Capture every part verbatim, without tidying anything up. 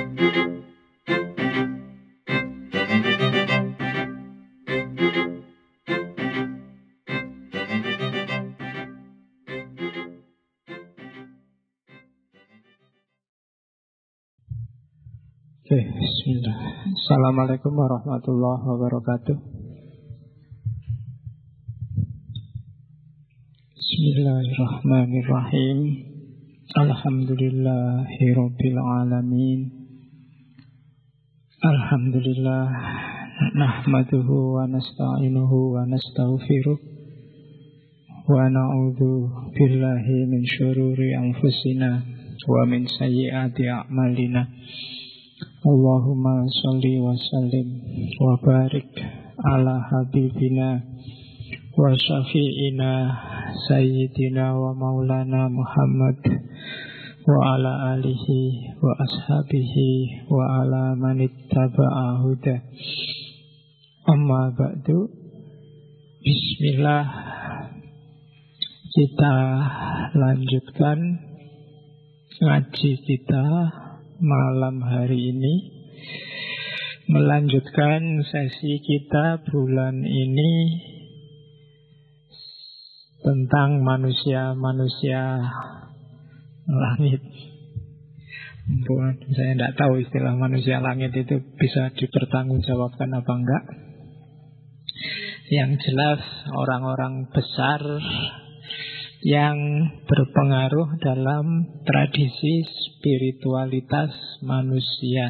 Oke, bismillah. Assalamualaikum warahmatullahi wabarakatuh. Bismillahirrahmanirrahim. Alhamdulillahirabbil alamin. Alhamdulillah nahmaduhu wa nasta'inuhu wa nastaghfiruh wa na'udzu billahi min syururi anfusina wa min sayyiati a'malina. Allahumma sholli wa sallim wa barik ala habibina wa syafi'ina sayyidina wa maulana Muhammad wa ala alihi wa ashabihi wa ala manittaba'a huda. Amma ba'du. Bismillah. Kita lanjutkan ngaji kita malam hari ini, melanjutkan sesi kita bulan ini tentang manusia-manusia langit. Buat saya tidak tahu istilah manusia langit itu bisa dipertanggungjawabkan apa enggak. Yang jelas orang-orang besar yang berpengaruh dalam tradisi spiritualitas manusia.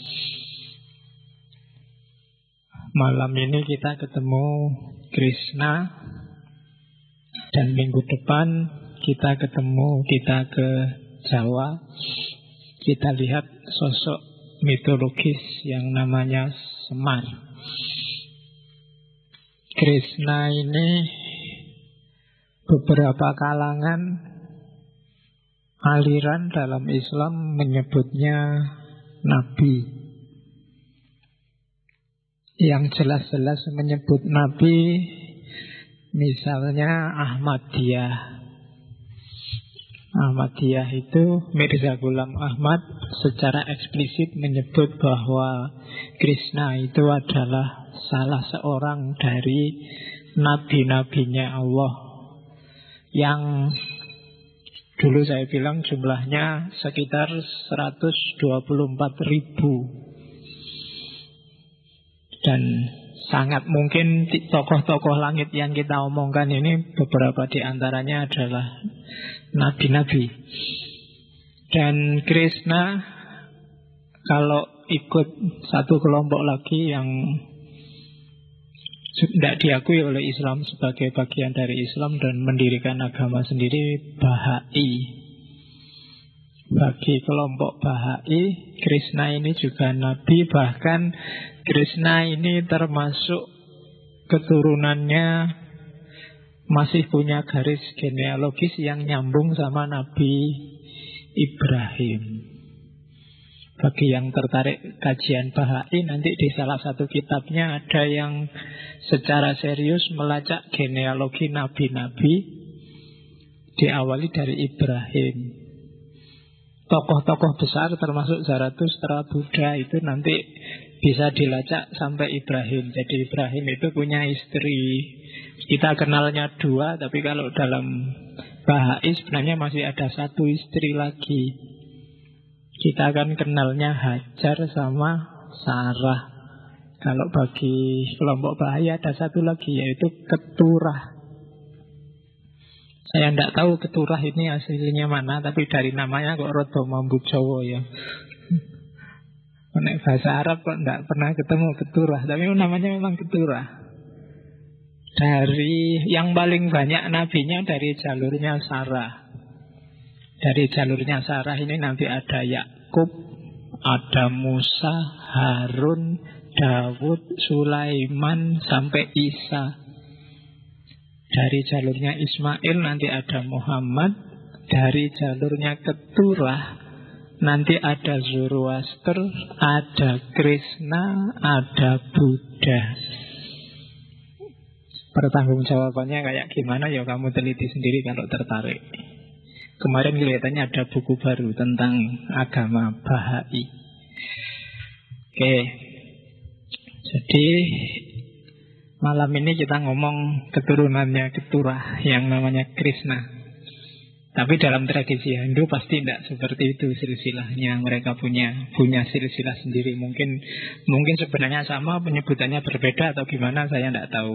Malam ini kita ketemu Krishna, dan minggu depan kita ketemu, kita ke Jawa, kita lihat sosok mitologis yang namanya Semar. Krishna ini beberapa kalangan aliran dalam Islam menyebutnya Nabi. Yang jelas-jelas menyebut Nabi misalnya Ahmadiyah. Ahmadiyah itu Mirza Ghulam Ahmad secara eksplisit menyebut bahwa Krishna itu adalah salah seorang dari nabi-nabinya Allah, yang dulu saya bilang jumlahnya sekitar seratus dua puluh empat ribu. Dan sangat mungkin tokoh-tokoh langit yang kita omongkan ini beberapa di antaranya adalah nabi-nabi. Dan Krishna kalau ikut satu kelompok lagi yang tidak diakui oleh Islam sebagai bagian dari Islam dan mendirikan agama sendiri, Bahai. Bagi kelompok Bahai, Krishna ini juga nabi. Bahkan Krishna ini termasuk keturunannya masih punya garis genealogis yang nyambung sama Nabi Ibrahim. Bagi yang tertarik kajian Bahai, nanti di salah satu kitabnya ada yang secara serius melacak genealogi nabi-nabi, diawali dari Ibrahim. Tokoh-tokoh besar termasuk Zarathustra, Buddha itu nanti bisa dilacak sampai Ibrahim. Jadi Ibrahim itu punya istri, kita kenalnya dua, tapi kalau dalam Bahai sebenarnya masih ada satu istri lagi. Kita kan kenalnya Hajar sama Sarah. Kalau bagi kelompok Bahai ada satu lagi, yaitu Keturah. Saya tidak tahu Keturah ini aslinya mana, tapi dari namanya kok Rodo Mambu Jawa ya. Nek bahasa Arab kok tidak pernah ketemu Keturah, tapi namanya memang Keturah. Dari yang paling banyak nabinya dari jalurnya Sarah. Dari jalurnya Sarah ini nanti ada Yakub, ada Musa, Harun, Dawud, Sulaiman, sampai Isa. Dari jalurnya Ismail nanti ada Muhammad. Dari jalurnya Keturah nanti ada Zoroaster, ada Krishna, ada Buddha. Pertanggungjawabannya kayak gimana ya kamu teliti sendiri kalau tertarik. Kemarin kelihatannya ada buku baru tentang agama Bahai. Oke, jadi malam ini kita ngomong keturunannya Keturah yang namanya Krishna. Tapi dalam tradisi Hindu pasti tidak seperti itu silsilahnya. Mereka punya punya silsilah sendiri. Mungkin mungkin sebenarnya sama, penyebutannya berbeda atau gimana, saya tidak tahu.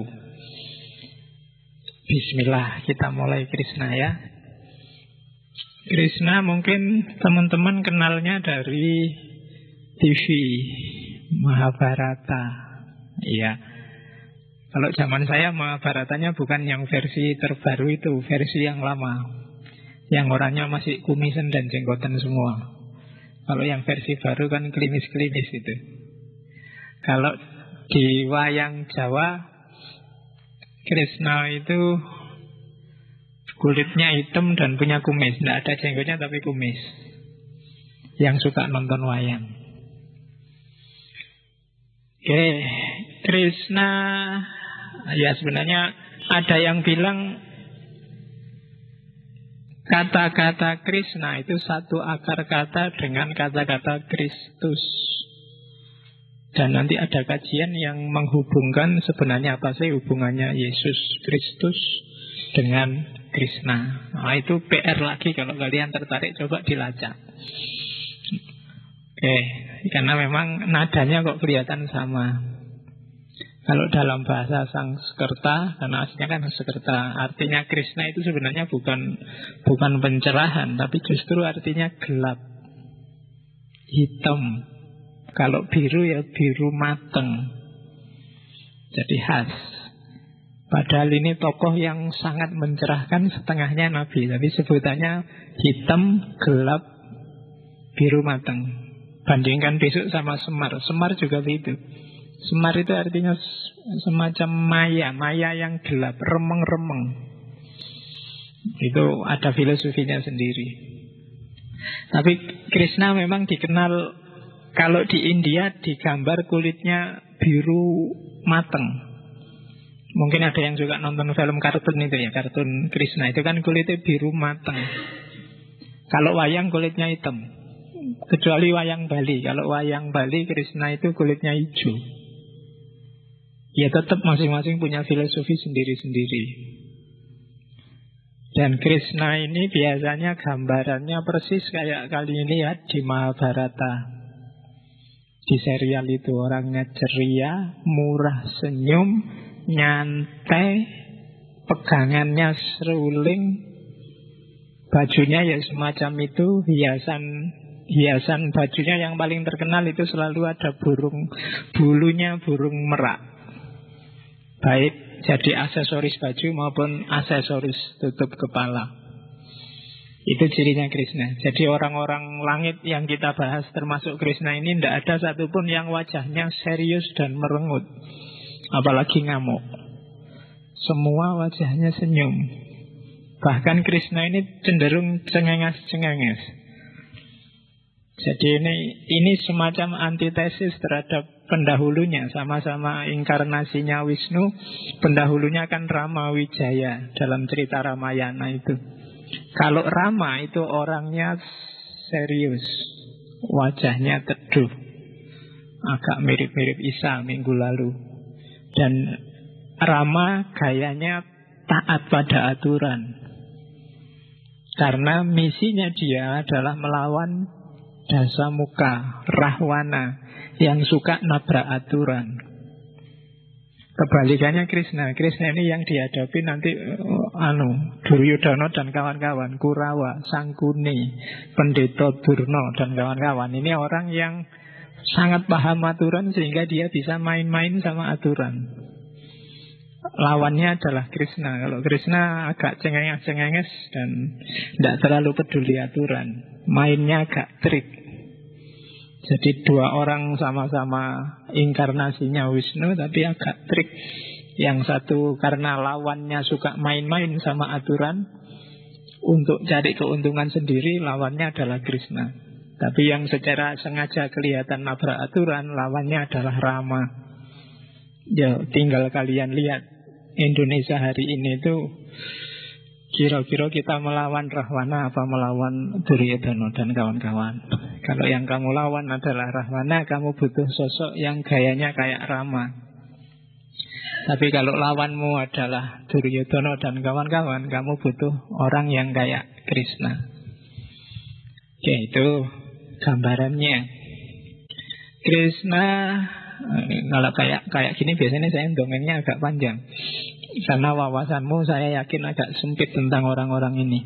Bismillah, kita mulai Krishna ya. Krishna mungkin teman-teman kenalnya dari T V Mahabharata. Iya. Kalau zaman saya Mahabharatanya bukan yang versi terbaru itu, versi yang lama, yang orangnya masih kumisan dan jenggotan semua. Kalau yang versi baru kan klimis-klimis itu. Kalau di wayang Jawa, Krishna itu kulitnya hitam dan punya kumis. Tidak ada jenggotnya tapi kumis. Yang suka nonton wayang. Oke, Krishna, ya sebenarnya ada yang bilang kata-kata Krishna itu satu akar kata dengan kata-kata Kristus. Dan nanti ada kajian yang menghubungkan sebenarnya apa sih hubungannya Yesus Kristus dengan Krishna. Nah, itu P R lagi, kalau kalian tertarik coba dilacak. Oke, karena memang nadanya kok kelihatan sama. Kalau dalam bahasa Sanskerta, karena aslinya kan Sanskerta, artinya Krishna itu sebenarnya bukan bukan pencerahan, tapi justru artinya gelap, hitam. Kalau biru ya biru mateng, jadi khas. Padahal ini tokoh yang sangat mencerahkan, setengahnya nabi, tapi sebutannya hitam, gelap, biru mateng. Bandingkan besok sama Semar. Semar juga begitu. Semar itu artinya semacam maya, maya yang gelap, remeng-remeng. Itu ada filosofinya sendiri. Tapi Krishna memang dikenal, kalau di India digambar kulitnya biru mateng. Mungkin ada yang juga nonton film kartun itu ya, kartun Krishna itu kan kulitnya biru mateng. Kalau wayang kulitnya hitam, kecuali wayang Bali. Kalau wayang Bali Krishna itu kulitnya hijau. Ya tetap masing-masing punya filosofi sendiri-sendiri. Dan Krishna ini biasanya gambarannya persis kayak kali ini ya di Mahabharata. Di serial itu orangnya ceria, murah senyum, nyantai, pegangannya seruling, bajunya ya semacam itu, hiasan hiasan bajunya yang paling terkenal itu selalu ada burung, bulunya burung merak. Baik jadi aksesoris baju maupun aksesoris tutup kepala. Itu cirinya Krishna. Jadi orang-orang langit yang kita bahas termasuk Krishna ini tidak ada satupun yang wajahnya serius dan merengut, apalagi ngamuk. Semua wajahnya senyum. Bahkan Krishna ini cenderung cengenges-cengenges. Jadi ini ini semacam antitesis terhadap pendahulunya. Sama-sama inkarnasinya Wisnu. Pendahulunya kan Rama Wijaya dalam cerita Ramayana itu. Kalau Rama itu orangnya serius, wajahnya teduh, agak mirip-mirip Isa minggu lalu. Dan Rama gayanya taat pada aturan, karena misinya dia adalah melawan Dasamuka, Rahwana, yang suka nabrak aturan. Kebalikannya Krishna. Krishna ini yang dihadapi nanti uh, anu Duryodhana dan kawan-kawan, Kurawa, Sangkuni, Pendeta Durna dan kawan-kawan. Ini orang yang sangat paham aturan sehingga dia bisa main-main sama aturan. Lawannya adalah Krishna. Kalau Krishna agak cengenges-cengenges dan tidak terlalu peduli aturan, mainnya agak trik. Jadi dua orang sama-sama inkarnasinya Wisnu tapi agak trik. Yang satu karena lawannya suka main-main sama aturan, untuk cari keuntungan sendiri lawannya adalah Krishna. Tapi yang secara sengaja kelihatan nabrak aturan, lawannya adalah Rama. Ya tinggal kalian lihat Indonesia hari ini itu Kira-kira kita melawan Rahwana apa melawan Duryodhana dan kawan-kawan? Kalau yang kamu lawan adalah Rahwana, kamu butuh sosok yang gayanya kayak Rama. Tapi kalau lawanmu adalah Duryodhana dan kawan-kawan, kamu butuh orang yang kayak Krishna. Oke, itu gambarannya. Krishna, kalau kayak kayak gini biasanya saya dongengnya agak panjang. Karena wawasanmu saya yakin agak sempit tentang orang-orang ini.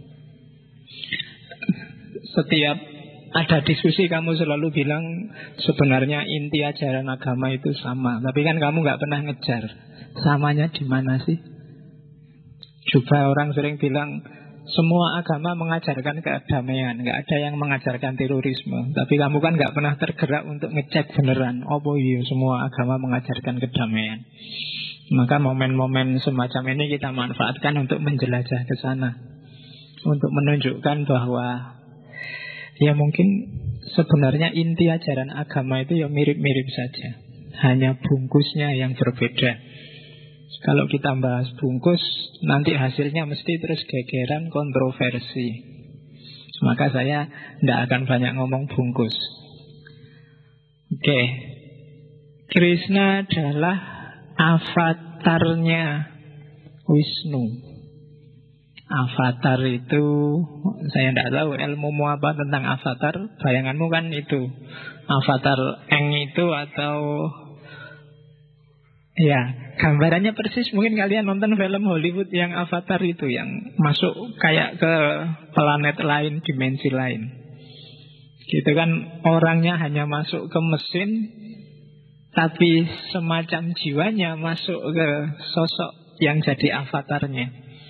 Setiap ada diskusi kamu selalu bilang sebenarnya inti ajaran agama itu sama. Tapi kan kamu gak pernah ngejar samanya di mana sih. Juga orang sering bilang semua agama mengajarkan kedamaian, gak ada yang mengajarkan terorisme. Tapi kamu kan gak pernah tergerak untuk ngecek beneran, oh iya semua agama mengajarkan kedamaian. Maka momen-momen semacam ini kita manfaatkan untuk menjelajah ke sana, untuk menunjukkan bahwa ya mungkin sebenarnya inti ajaran agama itu ya mirip-mirip saja, hanya bungkusnya yang berbeda. Kalau kita bahas bungkus, nanti hasilnya mesti terus gegeran kontroversi. Maka saya tidak akan banyak ngomong bungkus. Oke, Krishna adalah avatarnya Wisnu. Avatar itu saya tidak tahu ilmumu apa tentang avatar. Bayanganmu kan itu avatar Eng itu atau ya gambarannya persis. Mungkin kalian nonton film Hollywood yang avatar itu, yang masuk kayak ke planet lain, dimensi lain. Gitu kan, orangnya hanya masuk ke mesin, tapi semacam jiwanya masuk ke sosok yang jadi avatarnya.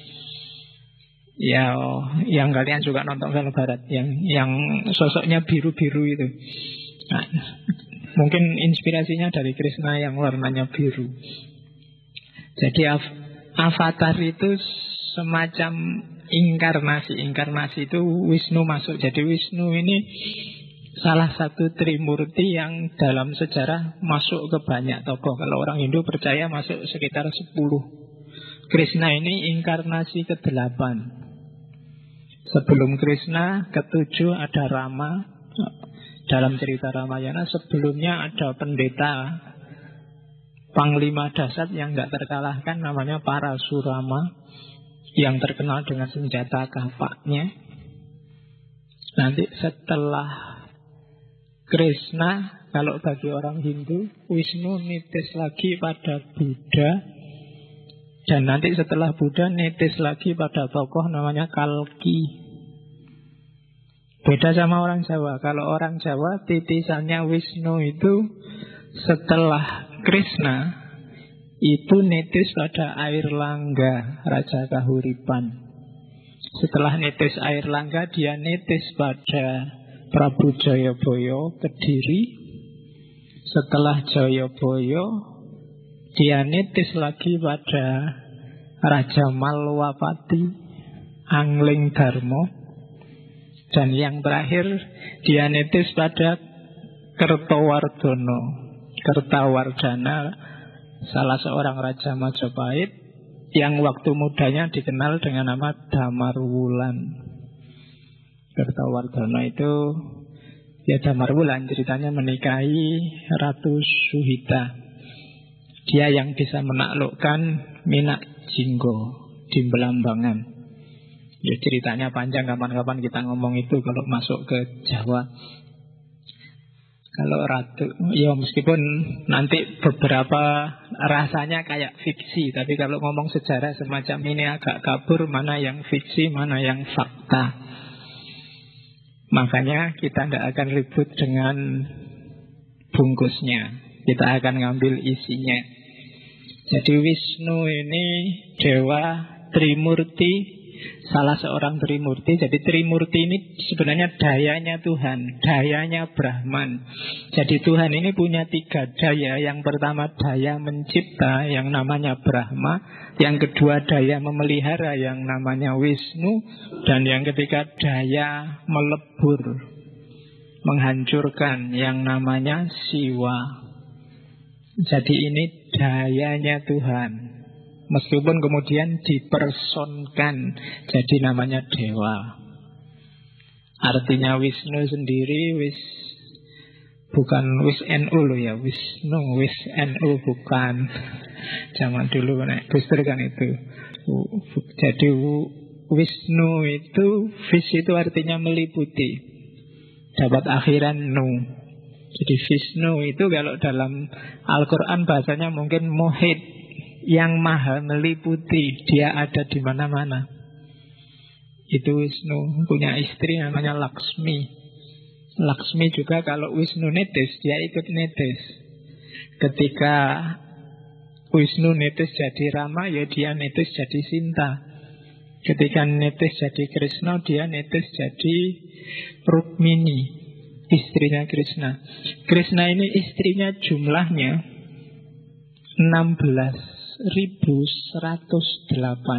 Ya, yang kalian juga nonton film barat, yang yang sosoknya biru-biru itu. Nah, mungkin inspirasinya dari Krishna yang warnanya biru. Jadi av- avatar itu semacam inkarnasi. Inkarnasi itu Wisnu masuk. Jadi Wisnu ini salah satu Trimurti yang dalam sejarah masuk ke banyak tokoh. Kalau orang Hindu percaya masuk sekitar sepuluh. Krishna ini inkarnasi kedelapan. Sebelum Krishna, ketujuh ada Rama. Dalam cerita Ramayana sebelumnya ada pendeta Panglima Dasar yang tidak terkalahkan, namanya Parasurama, yang terkenal dengan senjata kapaknya. Nanti setelah Krishna, kalau bagi orang Hindu, Wisnu nitis lagi pada Buddha. Dan nanti setelah Buddha nitis lagi pada tokoh namanya Kalki. Beda sama orang Jawa. Kalau orang Jawa titisannya Wisnu itu setelah Krishna itu nitis pada Air Langga, Raja Kahuripan. Setelah nitis Air Langga, dia nitis pada Prabu Jayabaya Kediri. Setelah Jayabaya, dia nitis lagi pada Raja Malwapati, Angling Darmo. Dan yang terakhir, dia nitis pada Kertawardhana, Kertawardhana, salah seorang Raja Majapahit yang waktu mudanya dikenal dengan nama Damarwulan. Kertawardhana itu ya Damarwulan, ceritanya menikahi Ratu Suhita. Dia yang bisa menaklukkan Minak Jinggo di Belambangan. Ya ceritanya panjang, kapan-kapan kita ngomong itu kalau masuk ke Jawa. Kalau ratu, ya meskipun nanti beberapa rasanya kayak fiksi, tapi kalau ngomong sejarah semacam ini agak kabur, mana yang fiksi, mana yang fakta. Makanya kita tidak akan ribut dengan bungkusnya, kita akan ngambil isinya. Jadi Wisnu ini dewa Trimurti, salah seorang Trimurti. Jadi Trimurti ini sebenarnya dayanya Tuhan, dayanya Brahman. Jadi Tuhan ini punya tiga daya. Yang pertama daya mencipta yang namanya Brahma. Yang kedua daya memelihara yang namanya Wisnu. Dan yang ketiga daya melebur, menghancurkan yang namanya Siwa. Jadi ini dayanya Tuhan. Meskipun kemudian dipersonkan jadi namanya dewa. Artinya Wisnu sendiri wis bukan wis N U loh ya, Wisnu, wis N U bukan. Zaman dulu nek Guster kan itu. Jadi Wisnu itu, vis itu artinya meliputi, dapat akhiran nu. Jadi Visnu itu kalau dalam Al-Quran bahasanya mungkin muhid, yang maha meliputi, dia ada di mana-mana. Itu Wisnu, punya istri namanya Laksmi. Laksmi juga kalau Wisnu netes, dia ikut netes. Ketika Wisnu netes jadi Rama, ya dia netes jadi Sinta. Ketika netes jadi Krishna, dia netes jadi Rukmini, istrinya Krishna. Krishna ini istrinya jumlahnya enam belas ribu seratus delapan.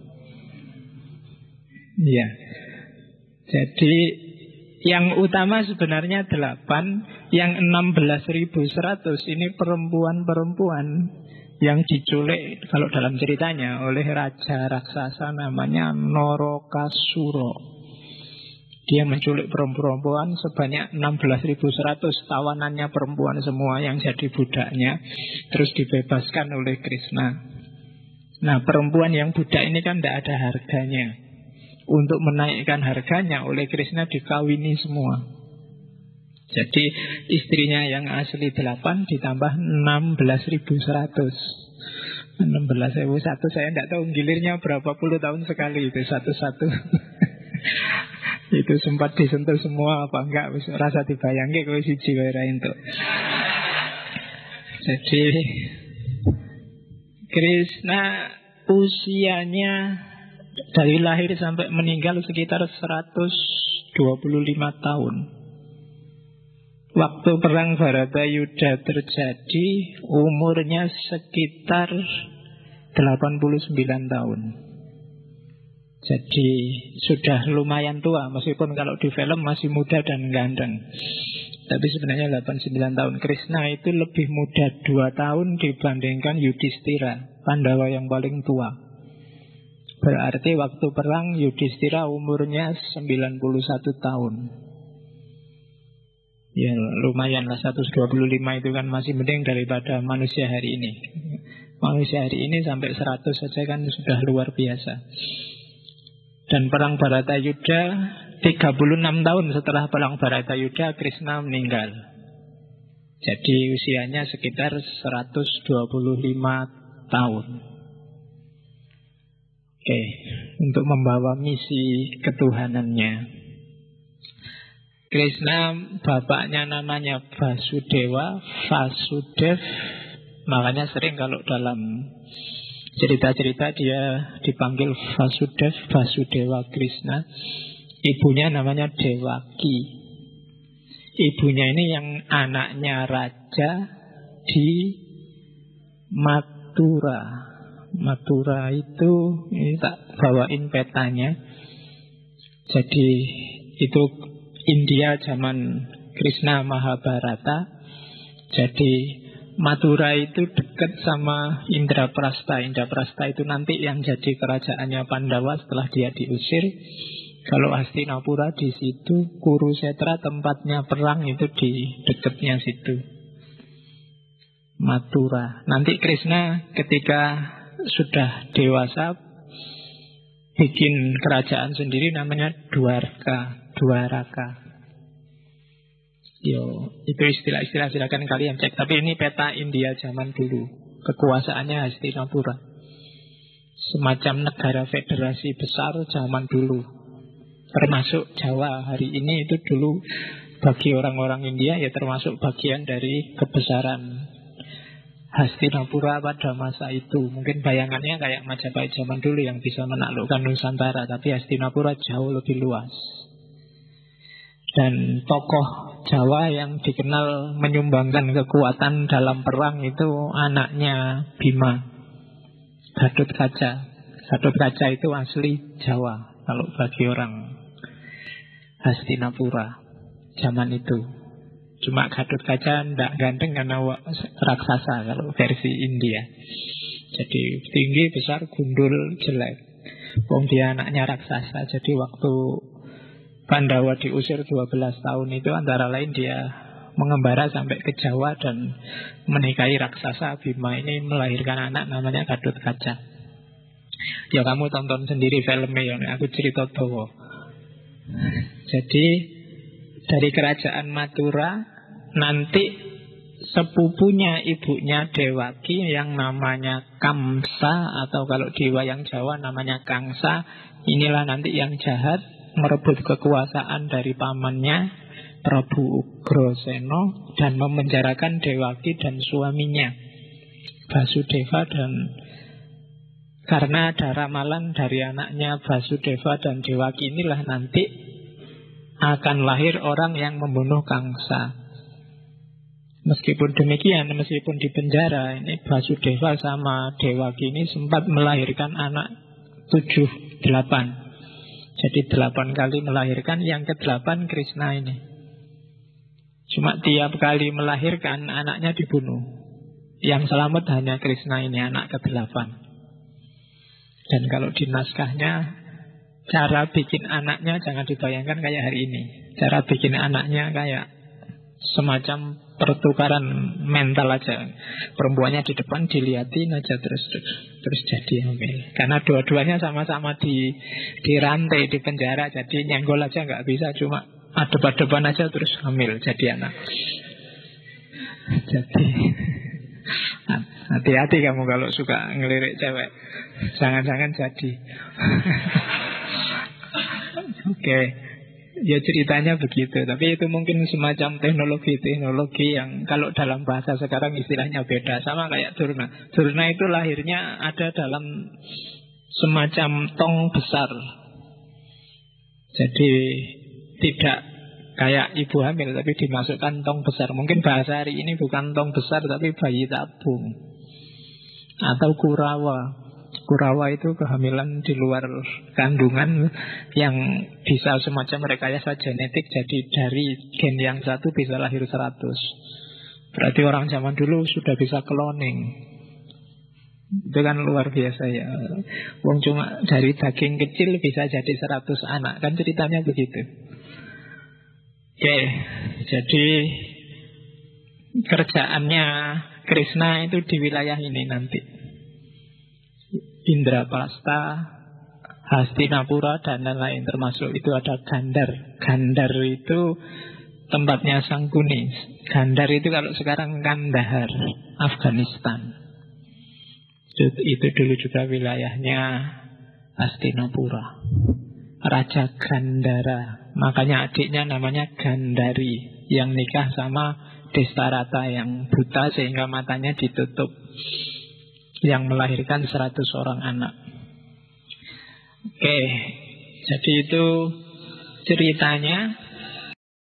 Ya. Jadi yang utama sebenarnya delapan, yang enam belas ribu seratus ini perempuan-perempuan yang diculik kalau dalam ceritanya oleh raja raksasa namanya Norakasura. Dia menculik perempuan sebanyak enam belas ribu seratus, tawanannya perempuan semua yang jadi budaknya, terus dibebaskan oleh Krishna. Nah, perempuan yang budak ini kan tidak ada harganya. Untuk menaikkan harganya oleh Krishna dikawini semua. Jadi istrinya yang asli delapan ditambah enam belas ribu seratus. enam belas ribu satu, saya tidak tahu gilirnya berapa puluh tahun sekali itu satu-satu. Itu sempat disentuh semua apa enggak, rasa dibayangke kowe siji wae ra entuk. Jadi Krishna usianya dari lahir sampai meninggal sekitar seratus dua puluh lima tahun. Waktu perang Bharatayuddha terjadi, umurnya sekitar delapan puluh sembilan tahun. Jadi sudah lumayan tua, meskipun kalau di film masih muda dan ganteng. Tapi sebenarnya delapan puluh sembilan tahun. Krishna itu lebih muda dua tahun dibandingkan Yudhistira, Pandawa yang paling tua. Berarti waktu perang Yudhistira umurnya sembilan puluh satu tahun. Ya lumayan lah, seratus dua puluh lima itu kan masih mending daripada manusia hari ini. Manusia hari ini sampai seratus saja kan sudah luar biasa. Dan perang Bharatayuddha tiga puluh enam tahun setelah perang Bharatayuddha Krishna meninggal. Jadi usianya sekitar seratus dua puluh lima tahun. Oke, untuk membawa misi ketuhanannya. Krishna bapaknya namanya Vasudewa, Vasudev. Makanya sering kalau dalam cerita-cerita dia dipanggil Vasudev, Vasudewa Krishna. Ibunya namanya Devaki. Ibunya ini yang anaknya raja di Mathura. Mathura itu, ini tak bawain petanya. Jadi itu India zaman Krishna Mahabharata. Jadi Mathura itu dekat sama Indraprastha. Indraprastha itu nanti yang jadi kerajaannya Pandawa setelah dia diusir. Kalau Hastinapura di situ, Kurusetra tempatnya perang itu di dekatnya situ. Mathura. Nanti Krishna ketika sudah dewasa bikin kerajaan sendiri namanya Dwarka. Dwaraka. Yo, itu istilah-istilah silakan kalian cek. Tapi ini peta India zaman dulu. Kekuasaannya Hastinapura. Semacam negara federasi besar zaman dulu. Termasuk Jawa hari ini itu dulu bagi orang-orang India ya termasuk bagian dari kebesaran Hastinapura pada masa itu. Mungkin bayangannya kayak Majapahit zaman dulu yang bisa menaklukkan Nusantara. Tapi Hastinapura jauh lebih luas. Dan tokoh Jawa yang dikenal menyumbangkan kekuatan dalam perang itu anaknya Bima, Gatotkaca. Gatotkaca itu asli Jawa kalau bagi orang Hastinapura zaman itu. Cuma Gatotkaca tidak ganteng karena raksasa kalau versi India. Jadi tinggi, besar, gundul, jelek. Wong dia anaknya raksasa. Jadi waktu Pandawa diusir dua belas tahun itu antara lain dia mengembara sampai ke Jawa dan menikahi raksasa Bima ini, melahirkan anak namanya Gatotkaca. Ya kamu tonton sendiri filmnya, ya aku cerita dowo. Jadi dari kerajaan Mathura nanti sepupunya ibunya Dewaki yang namanya Kamsa, atau kalau di wayang Jawa namanya Kangsa, inilah nanti yang jahat merebut kekuasaan dari pamannya Prabu Ugrasena dan memenjarakan Dewaki dan suaminya Basudeva. Dan karena ada ramalan dari anaknya Basudeva dan Dewaki inilah nanti akan lahir orang yang membunuh Kangsa. Meskipun demikian, meskipun di penjara, ini Basudeva sama Dewaki ini sempat melahirkan anak tujuh, delapan. Jadi delapan kali melahirkan, yang kedelapan Krishna ini. Cuma tiap kali melahirkan anaknya dibunuh. Yang selamat hanya Krishna ini, anak kedelapan. Dan kalau di naskahnya, cara bikin anaknya jangan dibayangkan kayak hari ini. Cara bikin anaknya kayak semacam pertukaran mental aja. Perempuannya di depan dilihatin aja terus terus, terus jadi hamil. Karena dua-duanya sama-sama di di rantai di penjara, jadi nyenggol aja nggak bisa, cuma adep-adepan aja terus hamil jadi anak. Jadi hati-hati kamu kalau suka ngelirik cewek, jangan-jangan jadi. Oke. Okay. Ya ceritanya begitu. Tapi itu mungkin semacam teknologi-teknologi yang kalau dalam bahasa sekarang istilahnya beda. Sama kayak Durna. Durna itu lahirnya ada dalam semacam tong besar. Jadi tidak kayak ibu hamil, tapi dimasukkan tong besar. Mungkin bahasa hari ini bukan tong besar, tapi bayi tabung atau kurawa. Kurawa itu kehamilan di luar kandungan yang bisa semacam rekayasa genetik. Jadi dari gen yang satu bisa lahir seratus. Berarti orang zaman dulu sudah bisa cloning. Itu kan luar biasa ya. Wong cuma dari daging kecil bisa jadi seratus anak. Kan ceritanya begitu. Oke, jadi kerjaannya Krishna itu di wilayah ini nanti. Indrapasta, Hastinapura, dan lain-lain. Termasuk itu ada Gandhar. Gandhar itu tempatnya Sangkuni. Gandhar itu kalau sekarang Kandahar, Afghanistan. Itu, itu dulu juga wilayahnya Hastinapura. Raja Gandhara. Makanya adiknya namanya Gandhari, yang nikah sama Destarata yang buta sehingga matanya ditutup, yang melahirkan seratus orang anak. Oke, jadi itu ceritanya.